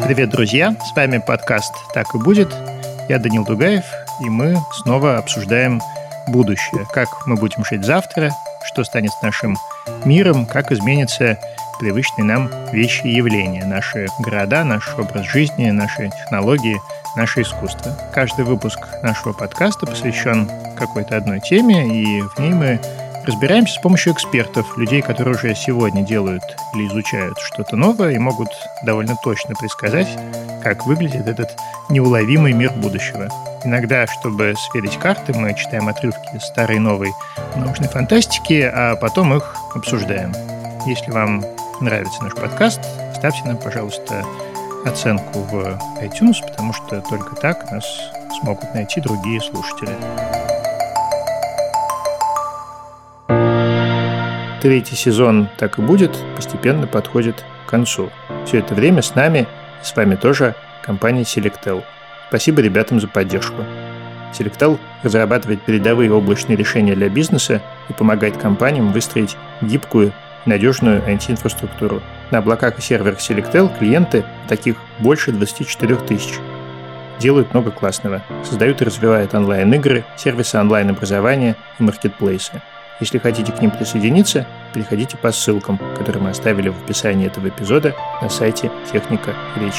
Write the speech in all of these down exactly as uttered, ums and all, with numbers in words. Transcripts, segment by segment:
Привет, друзья! С вами подкаст «Так и будет». Я Данил Дугаев, и мы снова обсуждаем будущее. Как мы будем жить завтра, что станет с нашим миром, как изменятся привычные нам вещи и явления, наши города, наш образ жизни, наши технологии, наше искусство. Каждый выпуск нашего подкаста посвящен какой-то одной теме, и в ней мы разбираемся с помощью экспертов, людей, которые уже сегодня делают или изучают что-то новое и могут довольно точно предсказать, как выглядит этот неуловимый мир будущего. Иногда, чтобы сверить карты, мы читаем отрывки старой и новой научной фантастики, а потом их обсуждаем. Если вам нравится наш подкаст, ставьте нам, пожалуйста, оценку в iTunes, потому что только так нас смогут найти другие слушатели. Третий сезон «Так и будет» постепенно подходит к концу. Все это время с нами и с вами тоже компания Selectel. Спасибо ребятам за поддержку. Selectel разрабатывает передовые облачные решения для бизнеса и помогает компаниям выстроить гибкую и надежную ай ти-инфраструктуру. На облаках и серверах Selectel клиенты, таких больше двадцать четыре тысячи, делают много классного. Создают и развивают онлайн-игры, сервисы онлайн-образования и маркетплейсы. Если хотите к ним присоединиться, переходите по ссылкам, которые мы оставили в описании этого эпизода на сайте Техника Речи.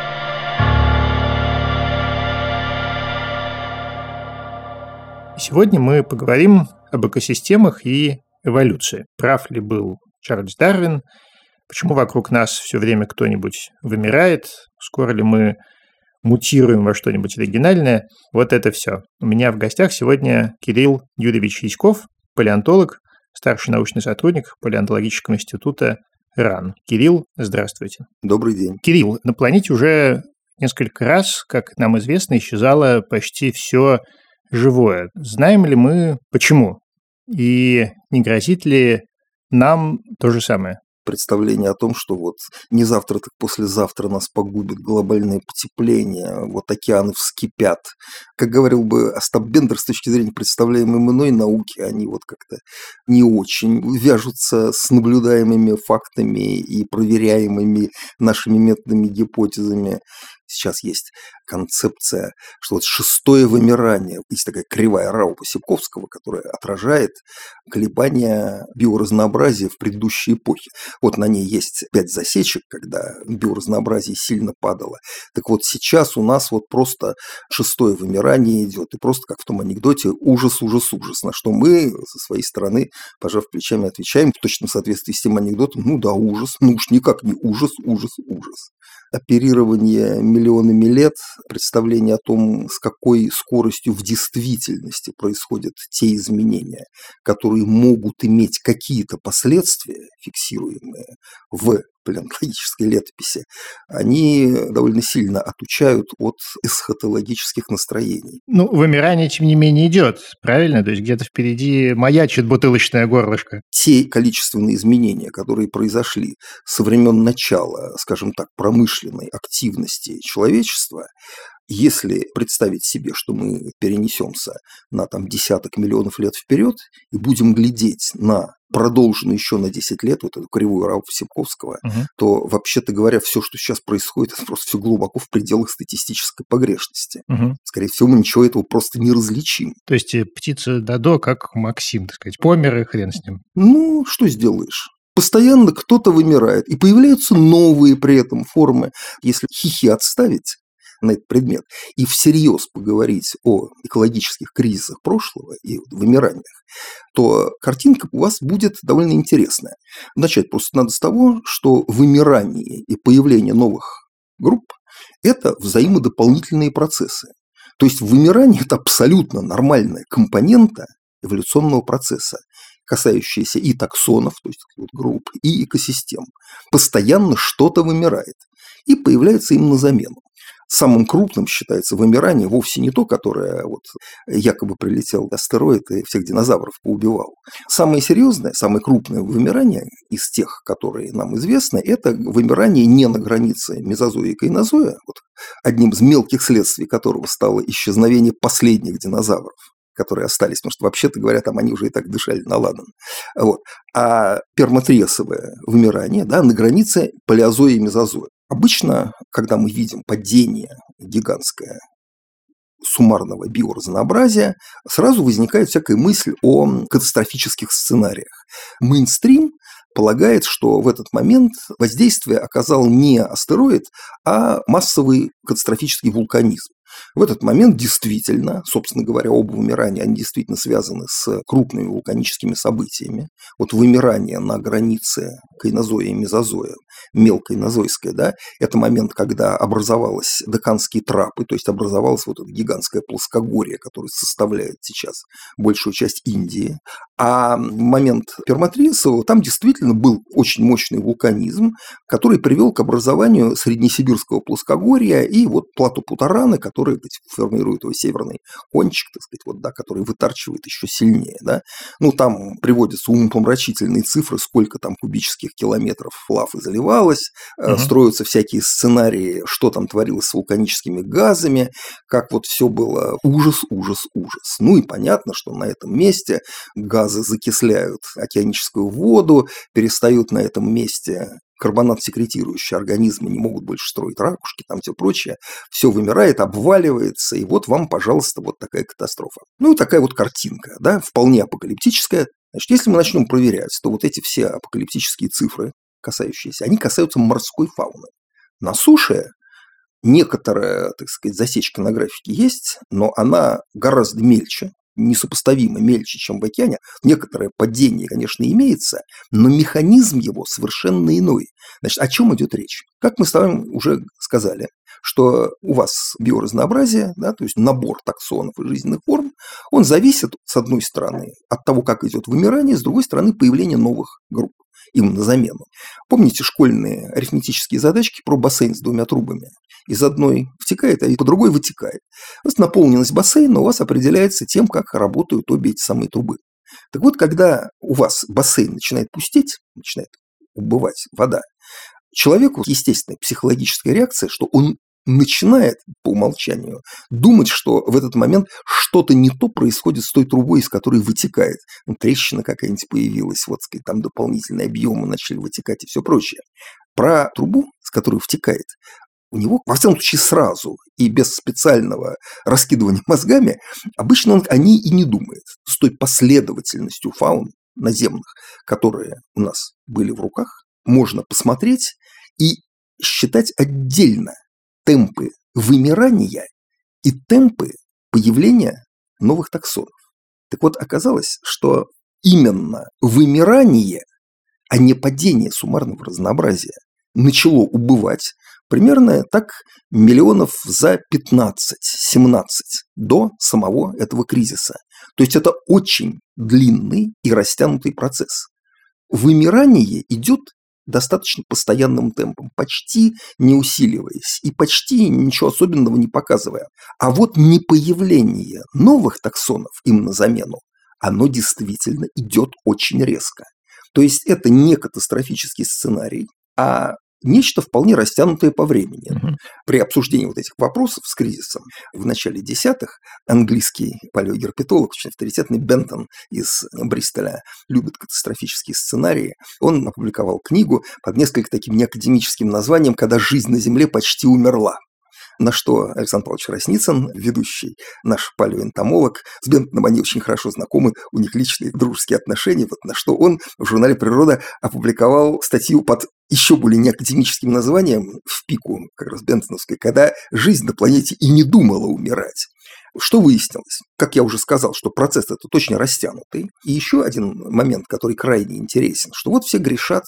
Сегодня мы поговорим об экосистемах и эволюции. Прав ли был Чарльз Дарвин? Почему вокруг нас все время кто-нибудь вымирает? Скоро ли мы мутируем во что-нибудь оригинальное? Вот это все. У меня в гостях сегодня Кирилл Юрьевич Яськов, палеонтолог, старший научный сотрудник Палеонтологического института РАН. Кирилл, здравствуйте. Добрый день. Кирилл, на планете уже несколько раз, как нам известно, исчезало почти все живое. Знаем ли мы почему? И не грозит ли нам то же самое? Представление о том, что вот не завтра, так послезавтра нас погубит глобальное потепление, вот океаны вскипят. Как говорил бы Остап Бендер, с точки зрения представляемой мной науки, они вот как-то не очень вяжутся с наблюдаемыми фактами и проверяемыми нашими методами, гипотезами. Сейчас есть концепция, что вот шестое вымирание, есть такая кривая Раупа-Сипковского, которая отражает колебания биоразнообразия в предыдущей эпохе. Вот на ней есть пять засечек, когда биоразнообразие сильно падало. Так вот сейчас у нас вот просто шестое вымирание идет, и просто как в том анекдоте ужас, ужас, ужас, на что мы со своей стороны, пожав плечами, отвечаем в точном соответствии с тем анекдотом: ну да, ужас, ну уж никак не ужас, ужас, ужас. Оперирование миллионами лет, представление о том, с какой скоростью в действительности происходят те изменения, которые могут иметь какие-то последствия, фиксируемые в палеонтологической летописи, они довольно сильно отучают от эсхатологических настроений. Ну, вымирание, тем не менее, идет, правильно? То есть где-то впереди маячит бутылочное горлышко. Те количественные изменения, которые произошли со времен начала, скажем так, промышленной активности человечества, если представить себе, что мы перенесемся на там, десяток миллионов лет вперед и будем глядеть на продолженную еще на десять лет вот эту кривую Раупа-Сипковского, угу. то, вообще-то говоря, все, что сейчас происходит, это просто все глубоко в пределах статистической погрешности. Угу. Скорее всего, мы ничего этого просто не различим. То есть птица Додо, как Максим, так сказать, помер и хрен с ним. Ну, что сделаешь? Постоянно кто-то вымирает, и появляются новые при этом формы. Если хихи отставить на этот предмет и всерьез поговорить о экологических кризисах прошлого и вымираниях, то картинка у вас будет довольно интересная. Начать просто надо с того, что вымирание и появление новых групп – это взаимодополнительные процессы. То есть вымирание – это абсолютно нормальная компонента эволюционного процесса, касающаяся и таксонов, то есть групп, и экосистем. Постоянно что-то вымирает и появляется им на замену. Самым крупным считается вымирание вовсе не то, которое вот якобы прилетел астероид и всех динозавров поубивал. Самое серьезное, самое крупное вымирание из тех, которые нам известны, это вымирание не на границе мезозоя и кайнозоя, вот одним из мелких следствий которого стало исчезновение последних динозавров, которые остались, потому что, вообще-то говоря, там они уже и так дышали на ладан. Вот. А пермотриасовое вымирание, да, на границе палеозоя и мезозоя. Обычно, когда мы видим падение гигантское суммарного биоразнообразия, сразу возникает всякая мысль о катастрофических сценариях. Мейнстрим полагает, что в этот момент воздействие оказал не астероид, а массовый катастрофический вулканизм. В этот момент действительно, собственно говоря, оба вымирания, они действительно связаны с крупными вулканическими событиями. Вот вымирание на границе кайнозоя и мезозоя, мелкоинозойское, да, это момент, когда образовалась Деканские трапы, то есть образовалось вот это гигантское плоскогорье, которое составляет сейчас большую часть Индии. А момент Пермотриасового, там действительно был очень мощный вулканизм, который привел к образованию Среднесибирского плоскогорья и вот плато Путараны, который, так сказать, формирует его северный кончик, так сказать, вот, да, который вытарчивает еще сильнее. Да. Ну, там приводятся умопомрачительные цифры, сколько там кубических километров лавы заливалось, угу. Строятся всякие сценарии, что там творилось с вулканическими газами, как вот все было ужас, ужас, ужас. Ну и понятно, что на этом месте газы закисляют океаническую воду, перестают на этом месте карбонат-секретирующие организмы, не могут больше строить ракушки, там все прочее, все вымирает, обваливается, и вот вам, пожалуйста, вот такая катастрофа. Ну и такая вот картинка, да, вполне апокалиптическая. Значит, если мы начнем проверять, то вот эти все апокалиптические цифры, касающиеся, они касаются морской фауны. На суше некоторая, так сказать, засечка на графике есть, но она гораздо мельче, несопоставимо мельче, чем в океане. Некоторое падение, конечно, имеется, но механизм его совершенно иной. Значит, о чем идет речь? Как мы с вами уже сказали, что у вас биоразнообразие, да, то есть набор таксонов и жизненных форм, он зависит, с одной стороны, от того, как идет вымирание, с другой стороны, появление новых групп им на замену. Помните школьные арифметические задачки про бассейн с двумя трубами? Из одной втекает, а по другой вытекает. То есть наполненность бассейна у вас определяется тем, как работают обе эти самые трубы. Так вот, когда у вас бассейн начинает пустеть, начинает убывать вода, человеку естественная психологическая реакция, что он начинает по умолчанию думать, что в этот момент что-то не то происходит с той трубой, из которой вытекает. Ну, трещина какая-нибудь появилась, вот, сказать, там дополнительные объемы начали вытекать и все прочее. Про трубу, с которой втекает, у него, во всяком случае, сразу и без специального раскидывания мозгами, обычно он о ней и не думает. С той последовательностью фаун наземных, которые у нас были в руках, можно посмотреть и считать отдельно темпы вымирания и темпы появления новых таксонов. Так вот, оказалось, что именно вымирание, а не падение суммарного разнообразия, начало убывать примерно так миллионов за пятнадцать-семнадцать до самого этого кризиса. То есть это очень длинный и растянутый процесс. Вымирание идет достаточно постоянным темпом, почти не усиливаясь и почти ничего особенного не показывая. А вот не появление новых таксонов им на замену, оно действительно идет очень резко. То есть это не катастрофический сценарий, а нечто вполне растянутое по времени. Uh-huh. При обсуждении вот этих вопросов с кризисом в начале десятых английский палеогерпетолог, очень авторитетный Бентон из Бристоля, любит катастрофические сценарии. Он опубликовал книгу под несколько таким неакадемическим названием «Когда жизнь на Земле почти умерла». На что Александр Павлович Росницын, ведущий наш палеоэнтомолог, с Бентоном они очень хорошо знакомы, у них личные дружеские отношения, вот на что он в журнале «Природа» опубликовал статью под еще более неакадемическим названием, в пику как раз бентоновской, когда жизнь на планете и не думала умирать. Что выяснилось? Как я уже сказал, что процесс этот очень растянутый. И еще один момент, который крайне интересен, что вот все грешат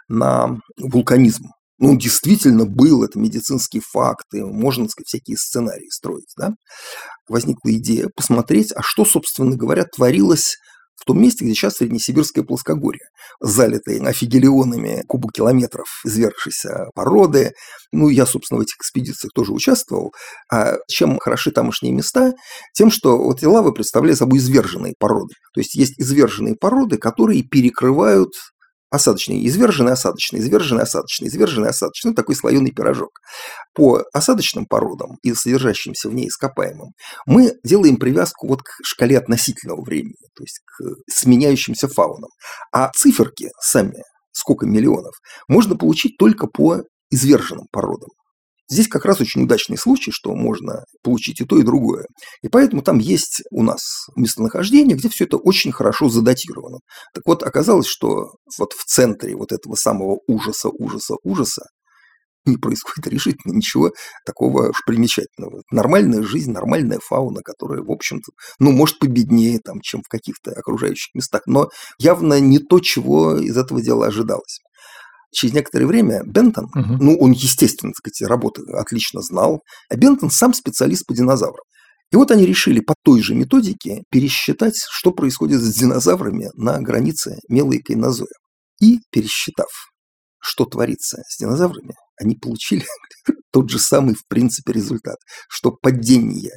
на вулканизм. Ну, он действительно был, это медицинские факты, можно, так сказать, всякие сценарии строить, да? Возникла идея посмотреть, а что, собственно говоря, творилось в том месте, где сейчас Среднесибирское плоскогорье, залитое афигелионами кубокилометров извергшейся породы. Ну, я, собственно, в этих экспедициях тоже участвовал. А чем хороши тамошние места? Тем, что вот эти лавы представляют собой изверженные породы. То есть есть изверженные породы, которые перекрывают осадочный, изверженный, осадочный, изверженный, осадочный, изверженный, осадочный, ну, такой слоеный пирожок. По осадочным породам и содержащимся в ней ископаемым мы делаем привязку вот к шкале относительного времени, то есть к сменяющимся фаунам. А циферки сами, сколько миллионов, можно получить только по изверженным породам. Здесь как раз очень удачный случай, что можно получить и то, и другое. И поэтому там есть у нас местонахождение, где все это очень хорошо задатировано. Так вот, оказалось, что вот в центре вот этого самого ужаса, ужаса, ужаса не происходит решительно ничего такого уж примечательного. Нормальная жизнь, нормальная фауна, которая, в общем-то, ну, может, победнее, там, чем в каких-то окружающих местах, но явно не то, чего из этого дела ожидалось. Через некоторое время Бентон, угу. ну, он, естественно, так сказать, работы отлично знал, а Бентон сам специалист по динозаврам. И вот они решили по той же методике пересчитать, что происходит с динозаврами на границе Мела и Кайнозоя. И, пересчитав, что творится с динозаврами, они получили тот же самый, в принципе, результат, что падение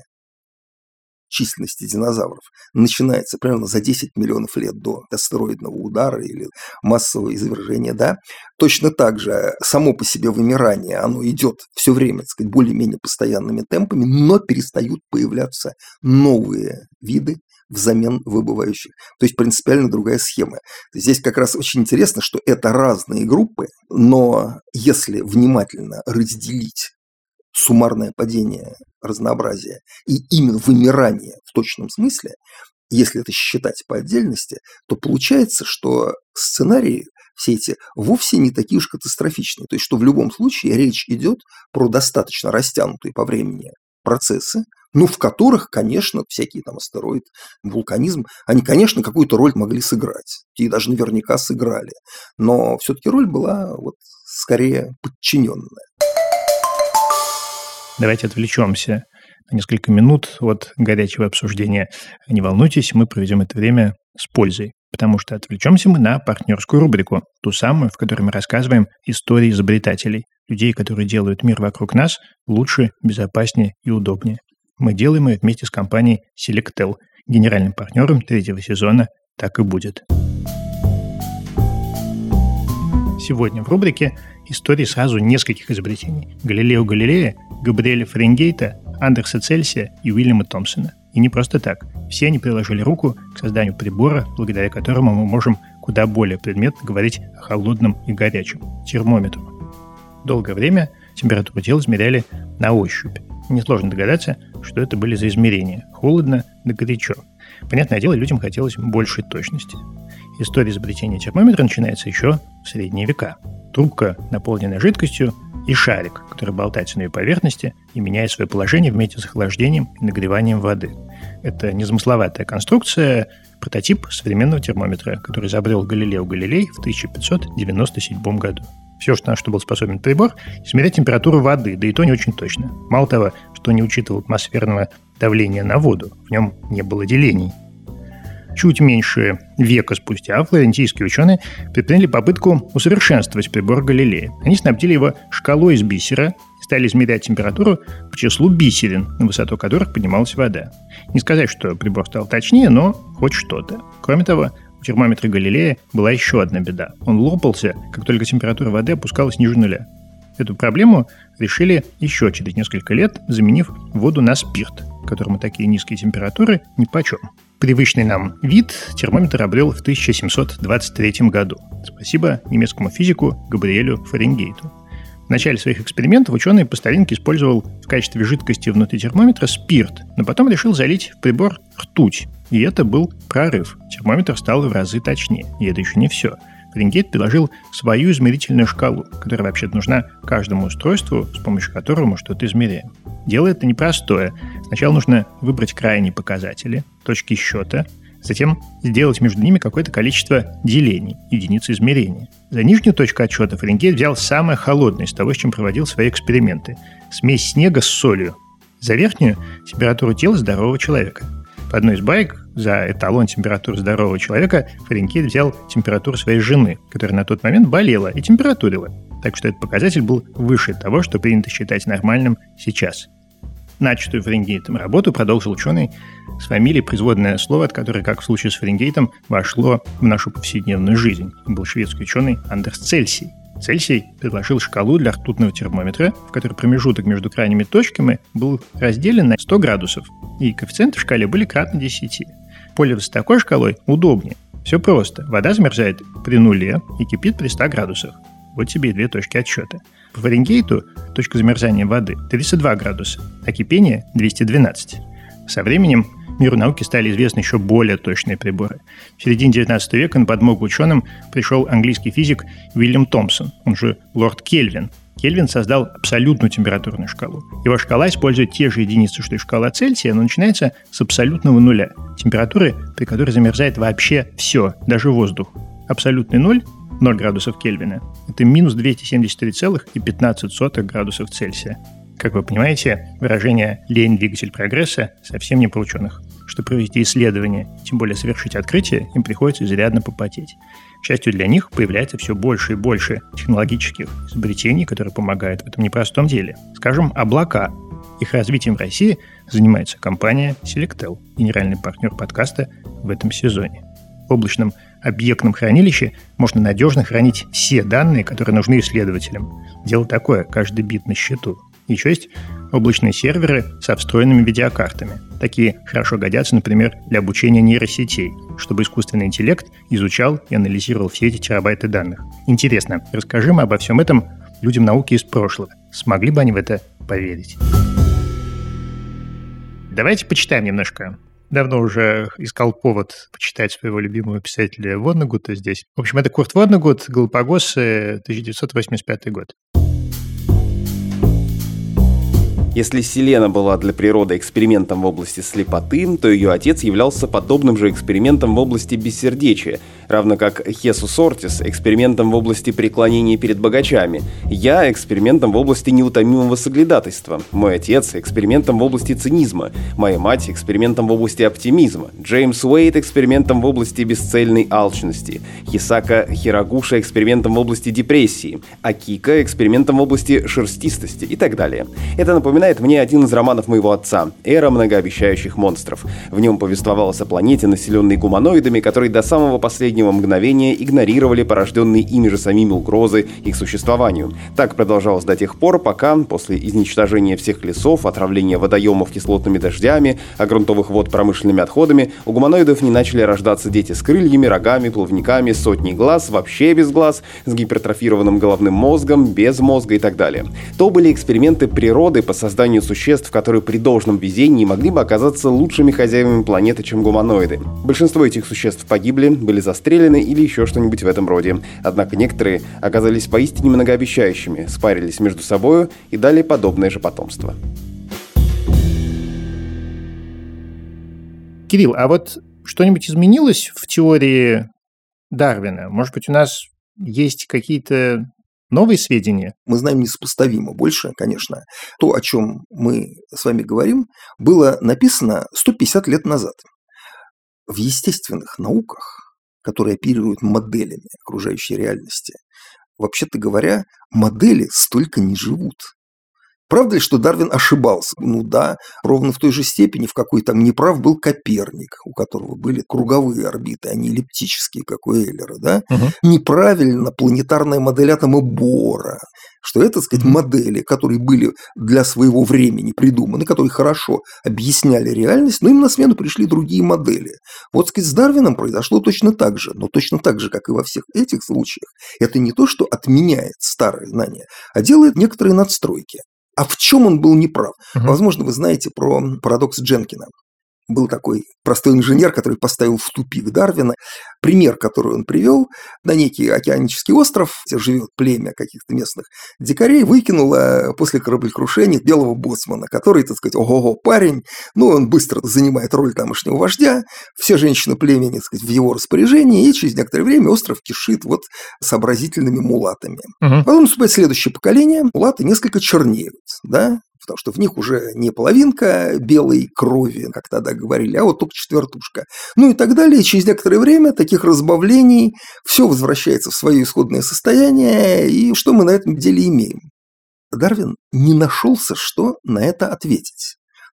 численности динозавров начинается примерно за десять миллионов лет до астероидного удара или массового извержения, да, точно так же само по себе вымирание, оно идет все время, так сказать, более-менее постоянными темпами, но перестают появляться новые виды взамен выбывающих. То есть принципиально другая схема. Здесь как раз очень интересно, что это разные группы, но если внимательно разделить суммарное падение разнообразия и именно вымирание в точном смысле, если это считать по отдельности, то получается, что сценарии все эти вовсе не такие уж катастрофичные. То есть, что в любом случае речь идет про достаточно растянутые по времени процессы, ну, в которых, конечно, всякие там астероиды, вулканизм, они, конечно, какую-то роль могли сыграть. И даже наверняка сыграли. Но все-таки роль была вот скорее подчиненная. Давайте отвлечемся на несколько минут от горячего обсуждения. Не волнуйтесь, мы проведем это время с пользой, потому что отвлечемся мы на партнерскую рубрику, ту самую, в которой мы рассказываем истории изобретателей, людей, которые делают мир вокруг нас лучше, безопаснее и удобнее. Мы делаем ее вместе с компанией Selectel, генеральным партнером третьего сезона «Так и будет». Сегодня в рубрике истории сразу нескольких изобретений: Галилео Галилея, Габриэля Фаренгейта, Андерса Цельсия и Уильяма Томпсона. И не просто так. Все они приложили руку к созданию прибора, благодаря которому мы можем куда более предметно говорить о холодном и горячем – термометру. Долгое время температуру тела измеряли на ощупь. Несложно догадаться, что это были за измерения – холодно да горячо. Понятное дело, людям хотелось большей точности. История изобретения термометра начинается еще в средние века. Трубка, наполненная жидкостью, и шарик, который болтается на ее поверхности и меняет свое положение вместе с охлаждением и нагреванием воды. Это незамысловатая конструкция, прототип современного термометра, который изобрел Галилео Галилей в тысяча пятьсот девяносто седьмом году. Все, на что был способен прибор, измерять температуру воды, да и то не очень точно. Мало того, что не учитывал атмосферного давления на воду, в нем не было делений. Чуть меньше века спустя флорентийские ученые предприняли попытку усовершенствовать прибор Галилея. Они снабдили его шкалой из бисера и стали измерять температуру по числу бисерин, на высоту которых поднималась вода. Не сказать, что прибор стал точнее, но хоть что-то. Кроме того, у термометра Галилея была еще одна беда. Он лопался, как только температура воды опускалась ниже нуля. Эту проблему решили еще через несколько лет, заменив воду на спирт, которому такие низкие температуры нипочем. Привычный нам вид термометр обрел в тысяча семьсот двадцать третьем году. Спасибо немецкому физику Габриэлю Фаренгейту. В начале своих экспериментов ученый по старинке использовал в качестве жидкости внутри термометра спирт, но потом решил залить в прибор ртуть. И это был прорыв. Термометр стал в разы точнее. И это еще не все. Фаренгейт приложил свою измерительную шкалу, которая вообще-то нужна каждому устройству, с помощью которого мы что-то измеряем. Дело это непростое. Сначала нужно выбрать крайние показатели, точки счета, затем сделать между ними какое-то количество делений, единицы измерения. За нижнюю точку отсчета Фаренгейт взял самое холодное из того, с чем проводил свои эксперименты – смесь снега с солью. За верхнюю – температуру тела здорового человека. В одной из баек за эталон температуры здорового человека Фаренгейт взял температуру своей жены, которая на тот момент болела и температурила. Так что этот показатель был выше того, что принято считать нормальным сейчас. Начатую Фаренгейтом работу продолжил ученый с фамилией, производное слово, от которой, как в случае с Фаренгейтом, вошло в нашу повседневную жизнь. Был шведский ученый Андерс Цельсий. Цельсий предложил шкалу для ртутного термометра, в которой промежуток между крайними точками был разделен на сто градусов, и коэффициенты в шкале были кратно десяти. Пользоваться такой шкалой удобнее. Все просто. Вода замерзает при нуле и кипит при ста градусах. Вот тебе и две точки отсчета. По Фаренгейту точка замерзания воды тридцать два градуса, а кипение двести двенадцать. Со временем миру науки стали известны еще более точные приборы. В середине девятнадцатого века на подмогу ученым пришел английский физик Уильям Томпсон, он же лорд Кельвин. Кельвин создал абсолютную температурную шкалу. Его шкала использует те же единицы, что и шкала Цельсия, но начинается с абсолютного нуля. Температуры, при которой замерзает вообще все, даже воздух. Абсолютный ноль, ноль градусов Кельвина, это минус двести семьдесят три целых пятнадцать сотых градусов Цельсия. Как вы понимаете, выражение «лень – двигатель прогресса» совсем не про ученых. Чтобы провести исследование, тем более совершить открытие, им приходится изрядно попотеть. К счастью для них, появляется все больше и больше технологических изобретений, которые помогают в этом непростом деле. Скажем, облака. Их развитием в России занимается компания Selectel, генеральный партнер подкаста в этом сезоне. В облачном объектном хранилище можно надежно хранить все данные, которые нужны исследователям. Дело такое, каждый бит на счету. Еще есть облачные серверы со встроенными видеокартами. Такие хорошо годятся, например, для обучения нейросетей, чтобы искусственный интеллект изучал и анализировал все эти терабайты данных. Интересно, расскажи мы обо всем этом людям науки из прошлого. Смогли бы они в это поверить? Давайте почитаем немножко. Давно уже искал повод почитать своего любимого писателя Воннегута здесь. В общем, это Курт Воннегут, «Галапагосы», тысяча девятьсот восемьдесят пятый год. Если Селена была для природы экспериментом в области слепоты, то ее отец являлся подобным же экспериментом в области бессердечия, равно как Хесус Ортис – экспериментом в области преклонения перед богачами, я – экспериментом в области неутомимого соглядатайства, мой отец – экспериментом в области цинизма, моя мать – экспериментом в области оптимизма, Джеймс Уэйт – экспериментом в области бесцельной алчности, Хисака Хирогуша – экспериментом в области депрессии, Акика – экспериментом в области шерстистости и так далее. Это напоминает мне один из романов моего отца «Эра многообещающих монстров». В нем повествовалось о планете, населенной гуманоидами, которые до самого последнего мгновения игнорировали порожденные ими же самими угрозы их существованию. Так продолжалось до тех пор, пока, после изничтожения всех лесов, отравления водоемов кислотными дождями, а грунтовых вод промышленными отходами, у гуманоидов не начали рождаться дети с крыльями, рогами, плавниками, сотней глаз, вообще без глаз, с гипертрофированным головным мозгом, без мозга и так далее. То были эксперименты природы по созданию существ, которые при должном везении могли бы оказаться лучшими хозяевами планеты, чем гуманоиды. Большинство этих существ погибли, были застрелены или еще что-нибудь в этом роде. Однако некоторые оказались поистине многообещающими, спарились между собой и дали подобное же потомство. Кирилл, а вот что-нибудь изменилось в теории Дарвина? Может быть, у нас есть какие-то новые сведения? Мы знаем несопоставимо больше, конечно. То, о чем мы с вами говорим, было написано сто пятьдесят лет назад. В естественных науках, которые оперируют моделями окружающей реальности, вообще-то говоря, модели столько не живут. Правда ли, что Дарвин ошибался? Ну да, ровно в той же степени, в какой там неправ был Коперник, у которого были круговые орбиты, а не эллиптические, как у Эйлера, да? Угу. Неправильно планетарная модель атома Бора, что это, так сказать, модели, которые были для своего времени придуманы, которые хорошо объясняли реальность, но им на смену пришли другие модели. Вот, так сказать, с Дарвином произошло точно так же, но точно так же, как и во всех этих случаях, это не то, что отменяет старые знания, а делает некоторые надстройки. А в чем он был неправ? Uh-huh. Возможно, вы знаете про парадокс Дженкина. Был такой простой инженер, который поставил в тупик Дарвина. Пример, который он привел, на некий океанический остров, где живет племя каких-то местных дикарей, выкинуло после кораблекрушения белого боцмана, который, так сказать, ого-го, парень, ну, он быстро занимает роль тамошнего вождя, все женщины племени, так сказать, в его распоряжении, и через некоторое время остров кишит вот сообразительными мулатами. Угу. Потом наступает следующее поколение, мулаты несколько чернеют, да, потому что в них уже не половинка белой крови, как тогда говорили, а вот только четвертушка. Ну и так далее. И через некоторое время таких разбавлений все возвращается в свое исходное состояние. И что мы на этом деле имеем? Дарвин не нашелся, что на это ответить.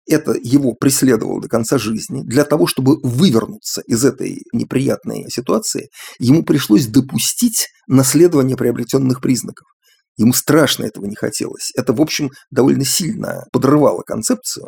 это его преследовало до конца жизни. Для того, чтобы вывернуться из этой неприятной ситуации, ему пришлось допустить наследование приобретенных признаков. Ему страшно этого не хотелось. Это, в общем, довольно сильно подрывало концепцию,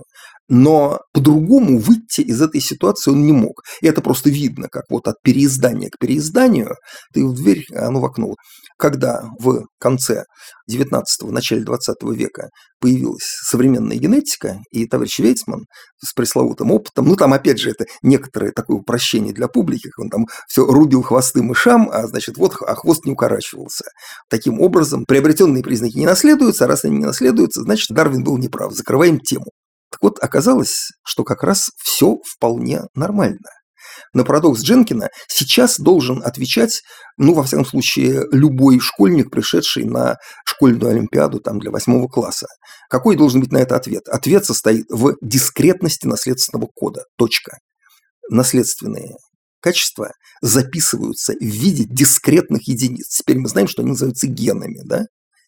но по-другому выйти из этой ситуации он не мог. И это просто видно, как вот от переиздания к переизданию ты в дверь, а оно в окно. Когда в конце девятнадцатого, начале двадцатого века появилась современная генетика, и товарищ Вейцман с пресловутым опытом, ну там опять же это некоторое такое упрощение для публики, он там все рубил хвосты мышам, а значит вот, а хвост не укорачивался. Таким образом, приобретенные признаки не наследуются, а раз они не наследуются, значит Дарвин был неправ, закрываем тему. Так вот, оказалось, что как раз все вполне нормально. На парадокс Дженкина сейчас должен отвечать, ну, во всяком случае, любой школьник, пришедший на школьную олимпиаду там, для восьмого класса. Какой должен быть на это ответ? Ответ состоит в дискретности наследственного кода. Точка. Наследственные качества записываются в виде дискретных единиц. Теперь мы знаем, что они называются генами, да?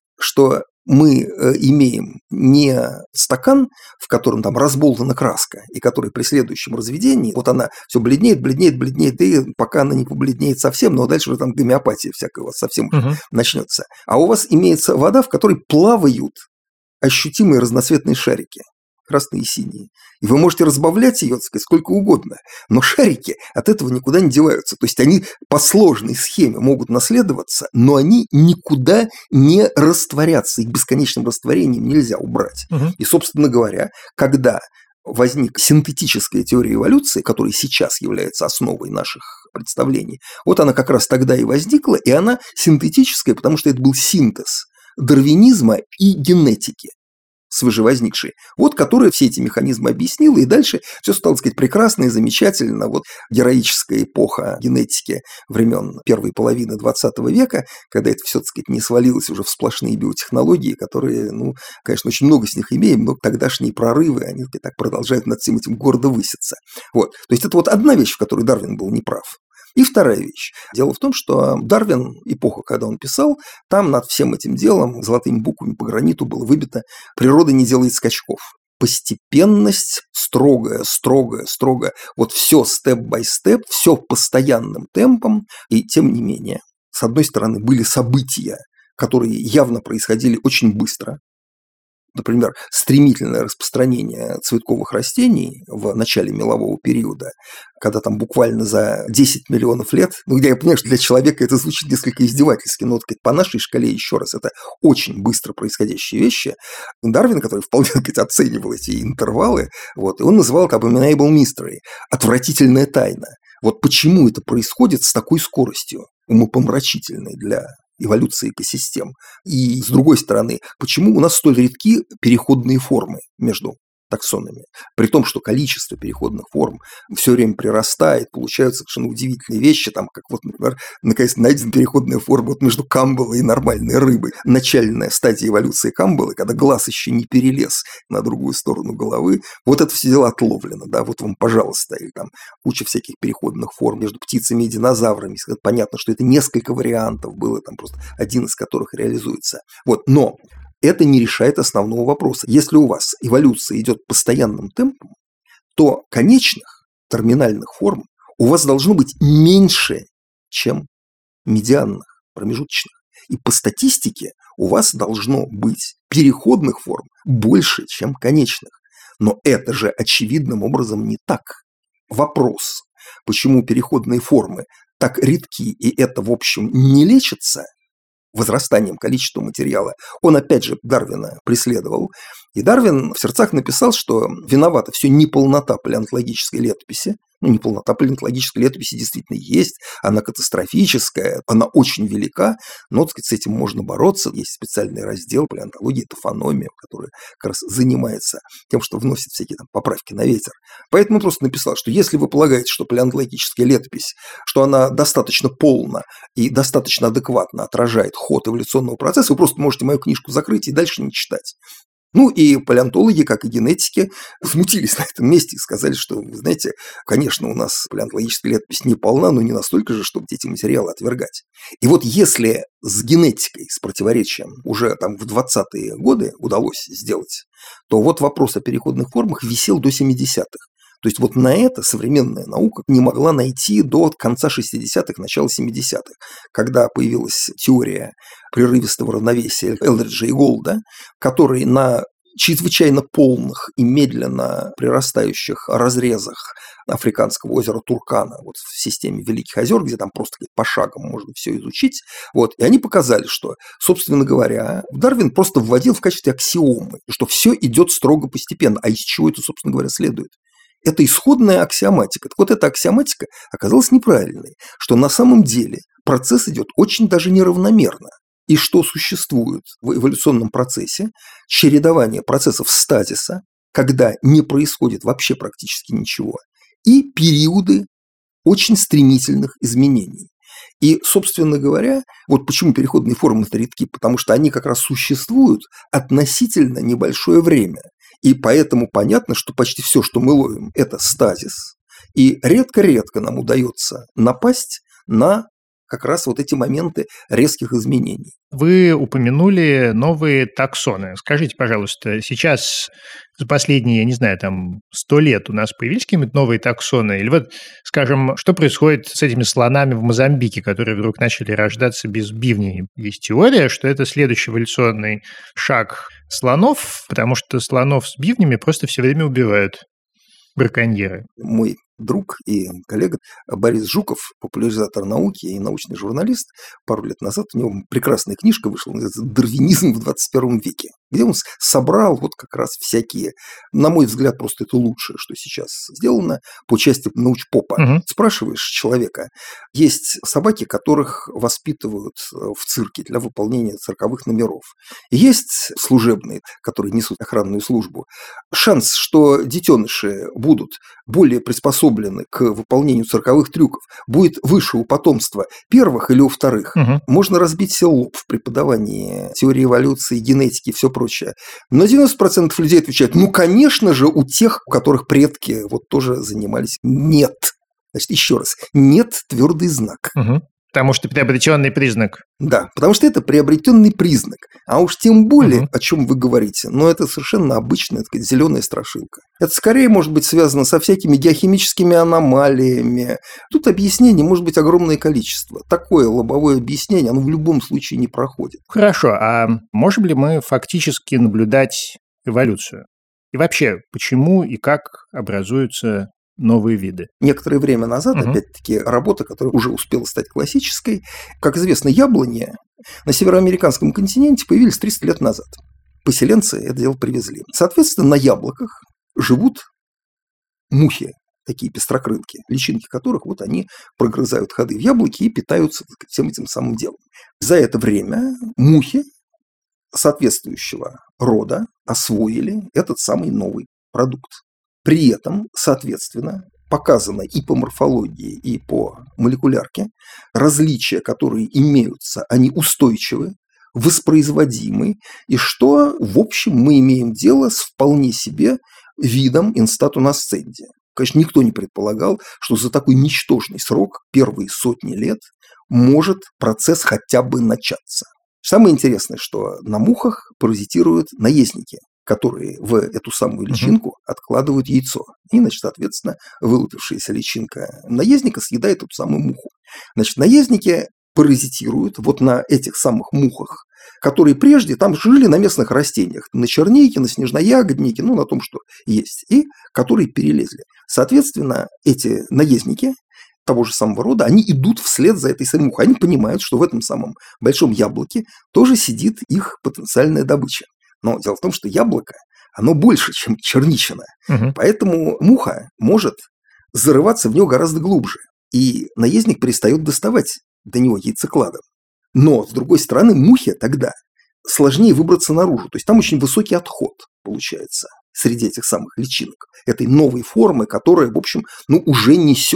Что мы имеем не стакан, в котором там разболтана краска, и который при следующем разведении, вот она все бледнеет, бледнеет, бледнеет, и пока она не побледнеет совсем, но дальше уже там гомеопатия всякая у вас совсем угу. начнется. А у вас имеется вода, в которой плавают ощутимые разноцветные шарики. Красные и синие. И вы можете разбавлять ее, так сказать, сколько угодно, но шарики от этого никуда не деваются. То есть они по сложной схеме могут наследоваться, но они никуда не растворятся. Их бесконечным растворением нельзя убрать. Угу. И, собственно говоря, когда возник синтетическая теория эволюции, которая сейчас является основой наших представлений, вот она как раз тогда и возникла, и она синтетическая, потому что это был синтез дарвинизма и генетики. Свыжевозникшей, вот которая все эти механизмы объяснила, и дальше все стало, так сказать, прекрасно и замечательно. Вот героическая эпоха генетики времен первой половины двадцатого века, когда это все, так сказать, не свалилось уже в сплошные биотехнологии, которые, ну, конечно, очень много с них имеем, но тогдашние прорывы, они так продолжают над всем этим гордо выситься. Вот. То есть это вот одна вещь, в которой Дарвин был неправ. И вторая вещь. Дело в том, что Дарвин, эпоха, когда он писал, там над всем этим делом золотыми буквами по граниту было выбито «Природа не делает скачков». Постепенность, строгая, строгая, строгая. Вот все степ-бай-степ, все постоянным темпом. И тем не менее, с одной стороны, были события, которые явно происходили очень быстро. Например, стремительное распространение цветковых растений в начале мелового периода, когда там буквально за десять миллионов лет, ну, где я понимаю, что для человека это звучит несколько издевательски, но так, по нашей шкале, еще раз, это очень быстро происходящие вещи. Дарвин, который вполне, так сказать, оценивал эти интервалы, вот, и он называл это abominable mystery, отвратительная тайна. Вот почему это происходит с такой скоростью, умопомрачительной для эволюции экосистем. И, с другой стороны, почему у нас столь редки переходные формы между таксонами? При том, что количество переходных форм все время прирастает, получаются совершенно удивительные вещи, там, как вот, например, наконец найдена переходная форма вот между камбалой и нормальной рыбой. Начальная стадия эволюции камбалы, когда глаз еще не перелез на другую сторону головы, вот это все дело отловлено, да, вот вам, пожалуйста, или там куча всяких переходных форм между птицами и динозаврами. Понятно, что это несколько вариантов было, там просто один из которых реализуется. Вот, но это не решает основного вопроса. Если у вас эволюция идет постоянным темпом, то конечных терминальных форм у вас должно быть меньше, чем медианных, промежуточных. И по статистике у вас должно быть переходных форм больше, чем конечных. Но это же очевидным образом не так. Вопрос, почему переходные формы так редки и это, в общем, не лечится возрастанием количества материала, он опять же Дарвина преследовал. И Дарвин в сердцах написал, что виновата все неполнота палеонтологической летописи. Ну, неполнота палеонтологической летописи действительно есть, она катастрофическая, она очень велика, но, так сказать, с этим можно бороться. Есть специальный раздел палеонтологии, топономия, который как раз занимается тем, что вносит всякие там поправки на ветер. Поэтому он просто написал, что если вы полагаете, что палеонтологическая летопись, что она достаточно полна и достаточно адекватно отражает ход эволюционного процесса, вы просто можете мою книжку закрыть и дальше не читать. Ну и палеонтологи, как и генетики, возмутились на этом месте и сказали, что, вы знаете, конечно, у нас палеонтологическая летопись не полна, но не настолько же, чтобы эти материалы отвергать. И вот если с генетикой, с противоречием уже там в двадцатые годы удалось сделать, то вот вопрос о переходных формах висел до семидесятых. То есть вот на это современная наука не могла найти до конца шестидесятых, начала семидесятых, когда появилась теория прерывистого равновесия Элдриджа и Голда, который на чрезвычайно полных и медленно прирастающих разрезах африканского озера Туркана, вот в системе Великих озер, где там просто по шагам можно все изучить, вот, и они показали, что, собственно говоря, Дарвин просто вводил в качестве аксиомы, что все идет строго постепенно, а из чего это, собственно говоря, следует? Это исходная аксиоматика. Так вот, эта аксиоматика оказалась неправильной, что на самом деле процесс идет очень даже неравномерно. И что существует в эволюционном процессе чередование процессов стазиса, когда не происходит вообще практически ничего, и периоды очень стремительных изменений. И, собственно говоря, вот почему переходные формы-то редки, потому что они как раз существуют относительно небольшое время. И поэтому понятно, что почти все, что мы ловим, это стазис. И редко-редко нам удается напасть на как раз вот эти моменты резких изменений. Вы упомянули новые таксоны. Скажите, пожалуйста, сейчас за последние, я не знаю, там сто лет у нас появились какие-нибудь новые таксоны? Или вот, скажем, что происходит с этими слонами в Мозамбике, которые вдруг начали рождаться без бивней? Есть теория, что это следующий эволюционный шаг слонов, потому что слонов с бивнями просто все время убивают браконьеры. Мой друг и коллега Борис Жуков, популяризатор науки и научный журналист, пару лет назад у него прекрасная книжка вышла, называется «Дарвинизм в двадцать первом веке», где он собрал вот как раз всякие, на мой взгляд, просто это лучшее, что сейчас сделано по части научпопа. Угу. Спрашиваешь человека, есть собаки, которых воспитывают в цирке для выполнения цирковых номеров. Есть служебные, которые несут охранную службу. Шанс, что детеныши будут более приспособлены к выполнению цирковых трюков, будет выше у потомства первых или у вторых. Угу. Можно разбить себе лоб в преподавании теории эволюции, генетики и все прочее. Но девяносто процентов людей отвечают, ну, конечно же, у тех, у которых предки вот тоже занимались. Нет. Значит, еще раз, нет — твердый знак. Угу. Потому что приобретенный признак. Да, потому что это приобретенный признак. А уж тем более, угу. о чем вы говорите, но это совершенно обычная, так сказать, зеленая страшилка. Это скорее может быть связано со всякими геохимическими аномалиями. Тут объяснений может быть огромное количество. Такое лобовое объяснение, оно в любом случае не проходит. Хорошо, а можем ли мы фактически наблюдать эволюцию? И вообще, почему и как образуются новые виды? Некоторое время назад, угу. опять-таки, работа, которая уже успела стать классической, как известно, яблони на североамериканском континенте появились триста лет назад. Поселенцы это дело привезли. Соответственно, на яблоках живут мухи, такие пестрокрылки, личинки которых вот они прогрызают ходы в яблоки и питаются, так сказать, всем этим самым делом. За это время мухи соответствующего рода освоили этот самый новый продукт. При этом, соответственно, показано и по морфологии, и по молекулярке, различия, которые имеются, они устойчивы, воспроизводимы, и что, в общем, мы имеем дело с вполне себе видом инстату насценди. Конечно, никто не предполагал, что за такой ничтожный срок, первые сотни лет, может процесс хотя бы начаться. Самое интересное, что на мухах паразитируют наездники, которые в эту самую личинку uh-huh. откладывают яйцо. И, значит, соответственно, вылупившаяся личинка наездника съедает эту самую муху. Значит, наездники паразитируют вот на этих самых мухах, которые прежде там жили на местных растениях, на чернике, на снежноягоднике, ну, на том, что есть, и которые перелезли. Соответственно, эти наездники того же самого рода, они идут вслед за этой самой мухой. Они понимают, что в этом самом большом яблоке тоже сидит их потенциальная добыча. Но дело в том, что яблоко, оно больше, чем черничина. Угу. Поэтому муха может зарываться в него гораздо глубже. И наездник перестает доставать до него яйцекладом. Но, с другой стороны, мухе тогда сложнее выбраться наружу. То есть там очень высокий отход получается среди этих самых личинок. Этой новой формы, которая, в общем, ну, уже несет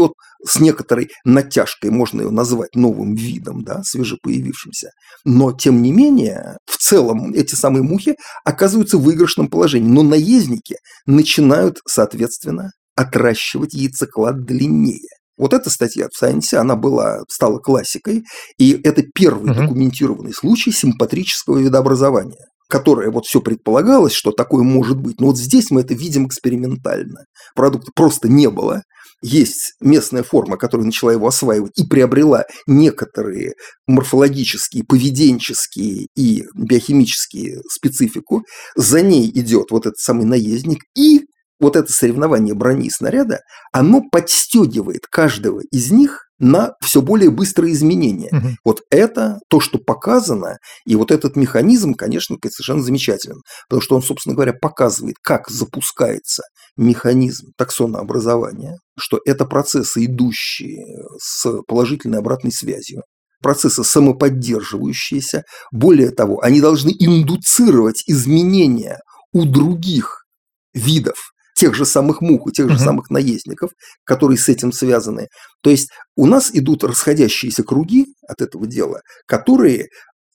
с некоторой натяжкой можно ее назвать новым видом, да, свежепоявившимся. Но, тем не менее, в целом эти самые мухи оказываются в выигрышном положении. Но наездники начинают, соответственно, отращивать яйцеклад длиннее. Вот эта статья в Science, она была, стала классикой, и это первый угу. документированный случай симпатрического видообразования, которое вот все предполагалось, что такое может быть. Но вот здесь мы это видим экспериментально. Продукта просто не было. Есть местная форма, которая начала его осваивать и приобрела некоторые морфологические, поведенческие и биохимические специфику. За ней идет вот этот самый наездник, и вот это соревнование брони и снаряда, оно подстегивает каждого из них на все более быстрые изменения. Угу. Вот это то, что показано, и вот этот механизм, конечно, совершенно замечателен, потому что он, собственно говоря, показывает, как запускается механизм таксонообразования, что это процессы, идущие с положительной обратной связью, процессы самоподдерживающиеся. Более того, они должны индуцировать изменения у других видов, тех же самых мух и тех же uh-huh. самых наездников, которые с этим связаны. То есть у нас идут расходящиеся круги от этого дела, которые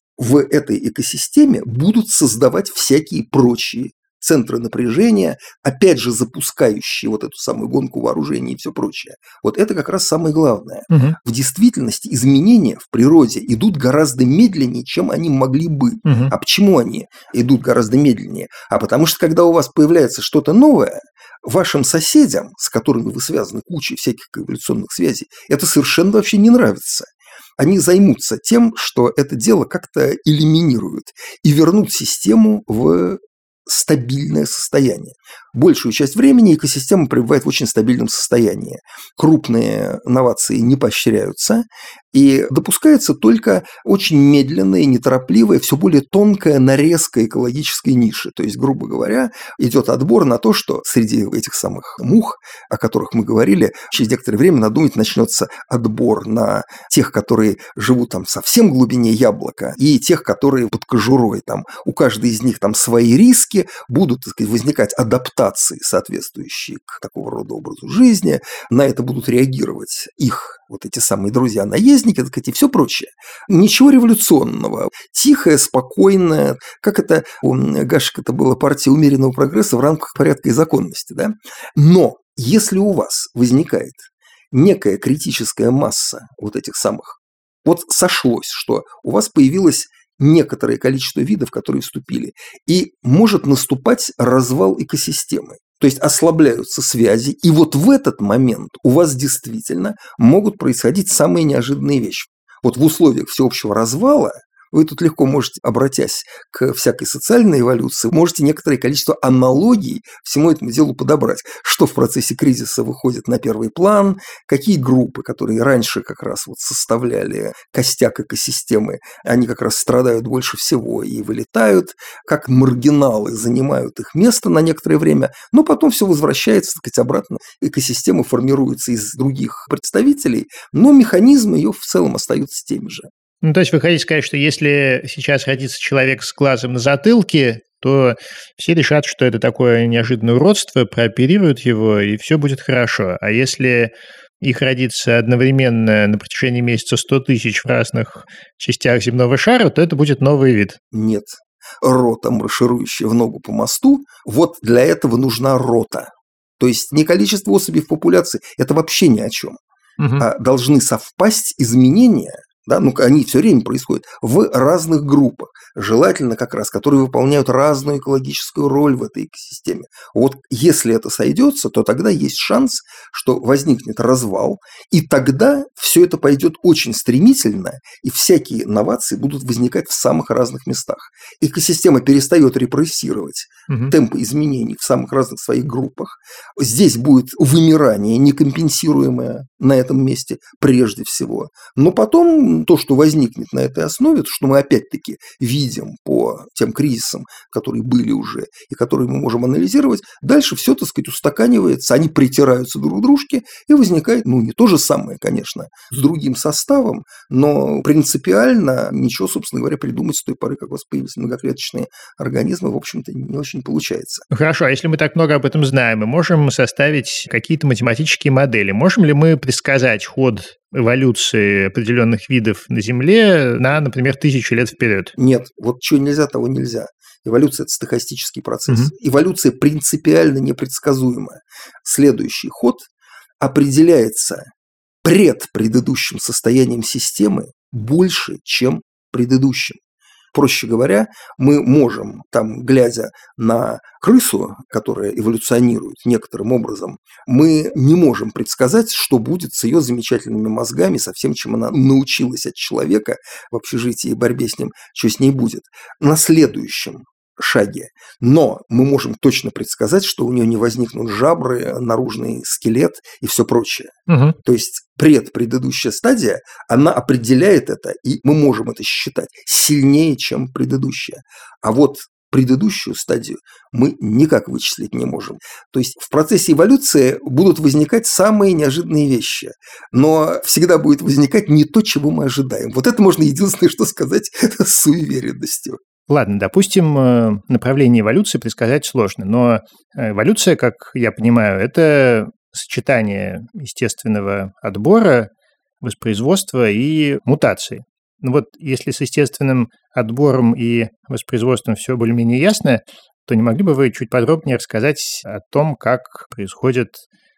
в этой экосистеме будут создавать всякие прочие центры напряжения, опять же запускающие вот эту самую гонку вооружений и все прочее. Вот это как раз самое главное. Угу. В действительности изменения в природе идут гораздо медленнее, чем они могли быть. Угу. А почему они идут гораздо медленнее? А потому что когда у вас появляется что-то новое, вашим соседям, с которыми вы связаны кучей всяких эволюционных связей, это совершенно вообще не нравится. Они займутся тем, что это дело как-то элиминируют и вернут систему в стабильное состояние. Большую часть времени экосистема пребывает в очень стабильном состоянии. Крупные новации не поощряются, и допускается только очень медленная, неторопливая, все более тонкая нарезка экологической ниши. То есть, грубо говоря, идет отбор на то, что среди этих самых мух, о которых мы говорили, через некоторое время, надо думать, начнется отбор на тех, которые живут там совсем в глубине яблока, и тех, которые под кожурой. Там, у каждой из них там свои риски, будут, так сказать, возникать адаптации, соответствующие к такого рода образу жизни. На это будут реагировать их вот эти самые друзья-наездники, так сказать, и все прочее. Ничего революционного. Тихое, спокойное. Как это у Гашек это была партия умеренного прогресса в рамках порядка и законности. Да? Но если у вас возникает некая критическая масса вот этих самых, вот сошлось, что у вас появилось некоторое количество видов, которые вступили, и может наступать развал экосистемы. То есть ослабляются связи, и вот в этот момент у вас действительно могут происходить самые неожиданные вещи. Вот в условиях всеобщего развала вы тут легко можете, обратясь к всякой социальной эволюции, можете некоторое количество аналогий всему этому делу подобрать. Что в процессе кризиса выходит на первый план, какие группы, которые раньше как раз вот составляли костяк экосистемы, они как раз страдают больше всего и вылетают, как маргиналы занимают их место на некоторое время, но потом все возвращается, так сказать, обратно. Экосистема формируется из других представителей, но механизмы ее в целом остаются теми же. Ну, то есть вы хотите сказать, что если сейчас родится человек с глазом на затылке, то все решат, что это такое неожиданное уродство, прооперируют его, и все будет хорошо. А если их родится одновременно на протяжении месяца сто тысяч в разных частях земного шара, то это будет новый вид? Нет. Рота, марширующая в ногу по мосту, вот для этого нужна рота. То есть не количество особей в популяции, это вообще ни о чем. Угу. А должны совпасть изменения, да, ну, они все время происходят в разных группах, желательно как раз, которые выполняют разную экологическую роль в этой экосистеме. Вот если это сойдется, то тогда есть шанс, что возникнет развал, и тогда все это пойдет очень стремительно, и всякие новации будут возникать в самых разных местах. Экосистема перестает репрессировать угу. темпы изменений в самых разных своих группах. Здесь будет вымирание некомпенсируемое на этом месте прежде всего, но потом то, что возникнет на этой основе, то, что мы опять-таки видим по тем кризисам, которые были уже и которые мы можем анализировать, дальше все, так сказать, устаканивается, они притираются друг к дружке, и возникает, ну, не то же самое, конечно, с другим составом, но принципиально ничего, собственно говоря, придумать с той поры, как у вас появились многоклеточные организмы, в общем-то, не очень получается. Хорошо, а если мы так много об этом знаем, мы можем составить какие-то математические модели. Можем ли мы предсказать ход эволюции определенных видов на Земле на, например, тысячи лет вперед? Нет, вот чего нельзя, того нельзя. Эволюция – это стохастический процесс. Угу. Эволюция принципиально непредсказуемая. Следующий ход определяется предпредыдущим состоянием системы больше, чем предыдущим. Проще говоря, мы можем, там, глядя на крысу, которая эволюционирует некоторым образом, мы не можем предсказать, что будет с ее замечательными мозгами, со всем, чем она научилась от человека в общежитии и борьбе с ним, что с ней будет на следующем шаге. Но мы можем точно предсказать, что у нее не возникнут жабры, наружный скелет и все прочее. Угу. То есть предпредыдущая стадия, она определяет это, и мы можем это считать сильнее, чем предыдущая. А вот предыдущую стадию мы никак вычислить не можем. То есть в процессе эволюции будут возникать самые неожиданные вещи, но всегда будет возникать не то, чего мы ожидаем. Вот это можно единственное, что сказать с уверенностью. Ладно, допустим, направление эволюции предсказать сложно, но эволюция, как я понимаю, это сочетание естественного отбора, воспроизводства и мутации. Ну вот если с естественным отбором и воспроизводством все более-менее ясно, то не могли бы вы чуть подробнее рассказать о том, как происходят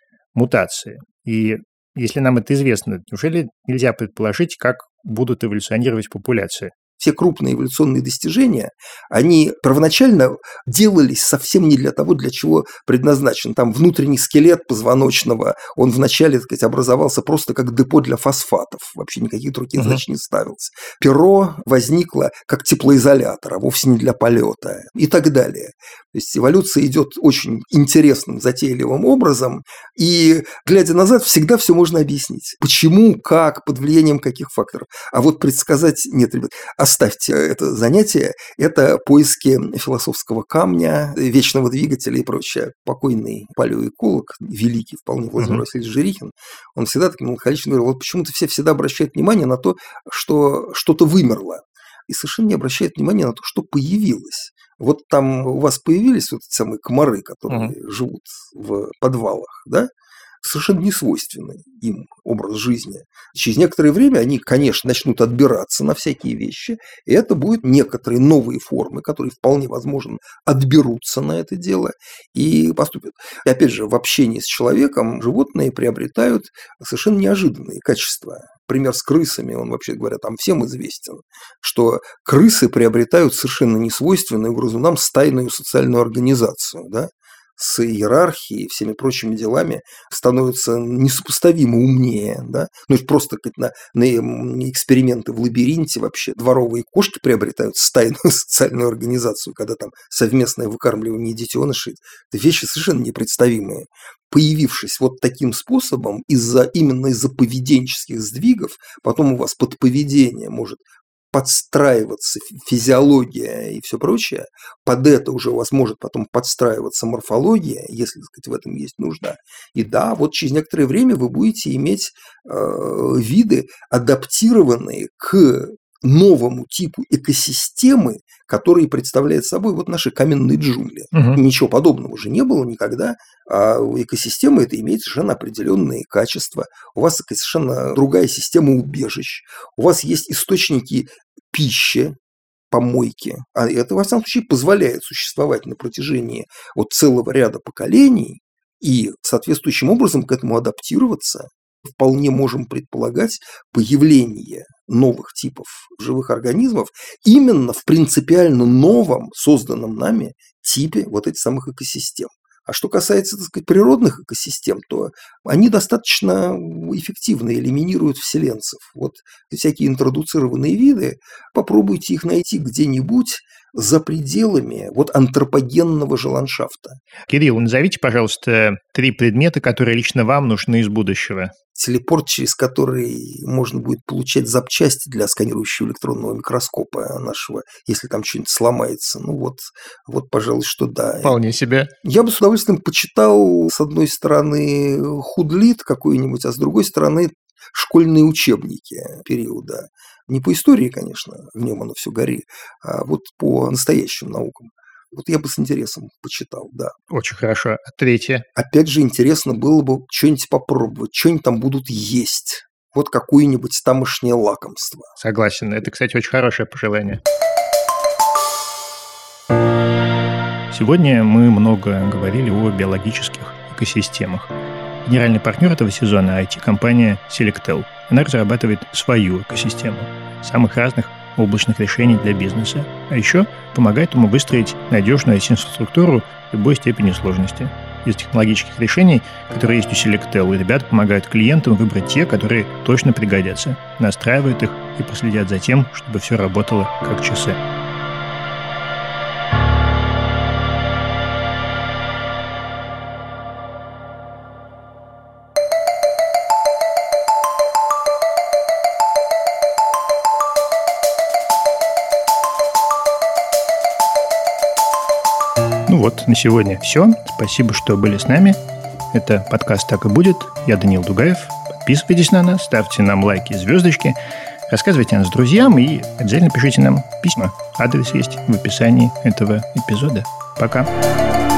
мутации? И если нам это известно, неужели нельзя предположить, как будут эволюционировать популяции? Все крупные эволюционные достижения, они первоначально делались совсем не для того, для чего предназначен. Там внутренний скелет позвоночного, он вначале, так сказать, образовался просто как депо для фосфатов. Вообще никаких других задач uh-huh. не ставился. Перо возникло как теплоизолятор, а вовсе не для полета и так далее. То есть эволюция идет очень интересным, затейливым образом, и, глядя назад, всегда все можно объяснить. Почему, как, под влиянием каких факторов. А вот предсказать нет, ребят. Оставьте это занятие, это поиски философского камня, вечного двигателя и прочее. Покойный палеоэколог, великий вполне Владимир uh-huh. Васильевич Жирихин, он всегда таким меланхоличным говорил, вот почему-то все всегда обращают внимание на то, что что-то вымерло, и совершенно не обращают внимания на то, что появилось. Вот там у вас появились вот эти самые комары, которые uh-huh. живут в подвалах, да? Совершенно не свойственный им образ жизни. Через некоторое время они, конечно, начнут отбираться на всякие вещи, и это будут некоторые новые формы, которые вполне возможно отберутся на это дело и поступят. И опять же, в общении с человеком животные приобретают совершенно неожиданные качества. Пример с крысами, он, вообще говоря, там всем известен, что крысы приобретают совершенно несвойственную грызунам стайную социальную организацию, да? С иерархией и всеми прочими делами становятся несопоставимо умнее. Да? Ну, это просто на, на эксперименты в лабиринте вообще дворовые кошки приобретают стайную социальную организацию, когда там совместное выкармливание детенышей. Это вещи совершенно непредставимые. Появившись вот таким способом, из-за, именно из-за поведенческих сдвигов, потом у вас под поведение может подстраиваться физиология и все прочее, под это уже у вас может потом подстраиваться морфология, если, так сказать, в этом есть нужда. И да, вот через некоторое время вы будете иметь э, виды, адаптированные к новому типу экосистемы, которые представляют собой вот наши каменные джунгли. Угу. Ничего подобного уже не было никогда, а экосистема это имеет совершенно определенные качества. У вас совершенно другая система убежищ, у вас есть источники пищи, помойки, а это, во всяком случае, позволяет существовать на протяжении вот целого ряда поколений и соответствующим образом к этому адаптироваться. Вполне можем предполагать появление новых типов живых организмов именно в принципиально новом, созданном нами типе вот этих самых экосистем. А что касается, так сказать, природных экосистем, то они достаточно эффективно элиминируют вселенцев. Вот всякие интродуцированные виды, попробуйте их найти где-нибудь за пределами вот антропогенного же ландшафта. Кирилл, назовите, пожалуйста, три предмета, которые лично вам нужны из будущего. телепорт, через который можно будет получать запчасти для сканирующего электронного микроскопа нашего, если там что-нибудь сломается. Ну вот, вот, пожалуй, что да. Вполне себе. Я бы с удовольствием почитал, с одной стороны, худлит какой-нибудь, а с другой стороны, школьные учебники периода. Не по истории, конечно, в нем оно все гори, а вот по настоящим наукам. Вот я бы с интересом почитал, да. Очень хорошо. А третье? Опять же, интересно было бы что-нибудь попробовать, что-нибудь там будут есть. Вот какое-нибудь тамошнее лакомство. Согласен. Это, кстати, очень хорошее пожелание. Сегодня мы много говорили о биологических экосистемах. Генеральный партнер этого сезона – ай ти-компания Selectel. Она разрабатывает свою экосистему самых разных облачных решений для бизнеса, а еще помогает ему выстроить надежную ай ти-инфраструктуру любой степени сложности. Из технологических решений, которые есть у Selectel, ребята помогают клиентам выбрать те, которые точно пригодятся, настраивают их и проследят за тем, чтобы все работало как часы. Ну вот, на сегодня все. Спасибо, что были с нами. Это подкаст «Так и будет». Я Даниил Дугаев. Подписывайтесь на нас, ставьте нам лайки и звездочки, рассказывайте о нас друзьям и обязательно пишите нам письма. Адрес есть в описании этого эпизода. Пока.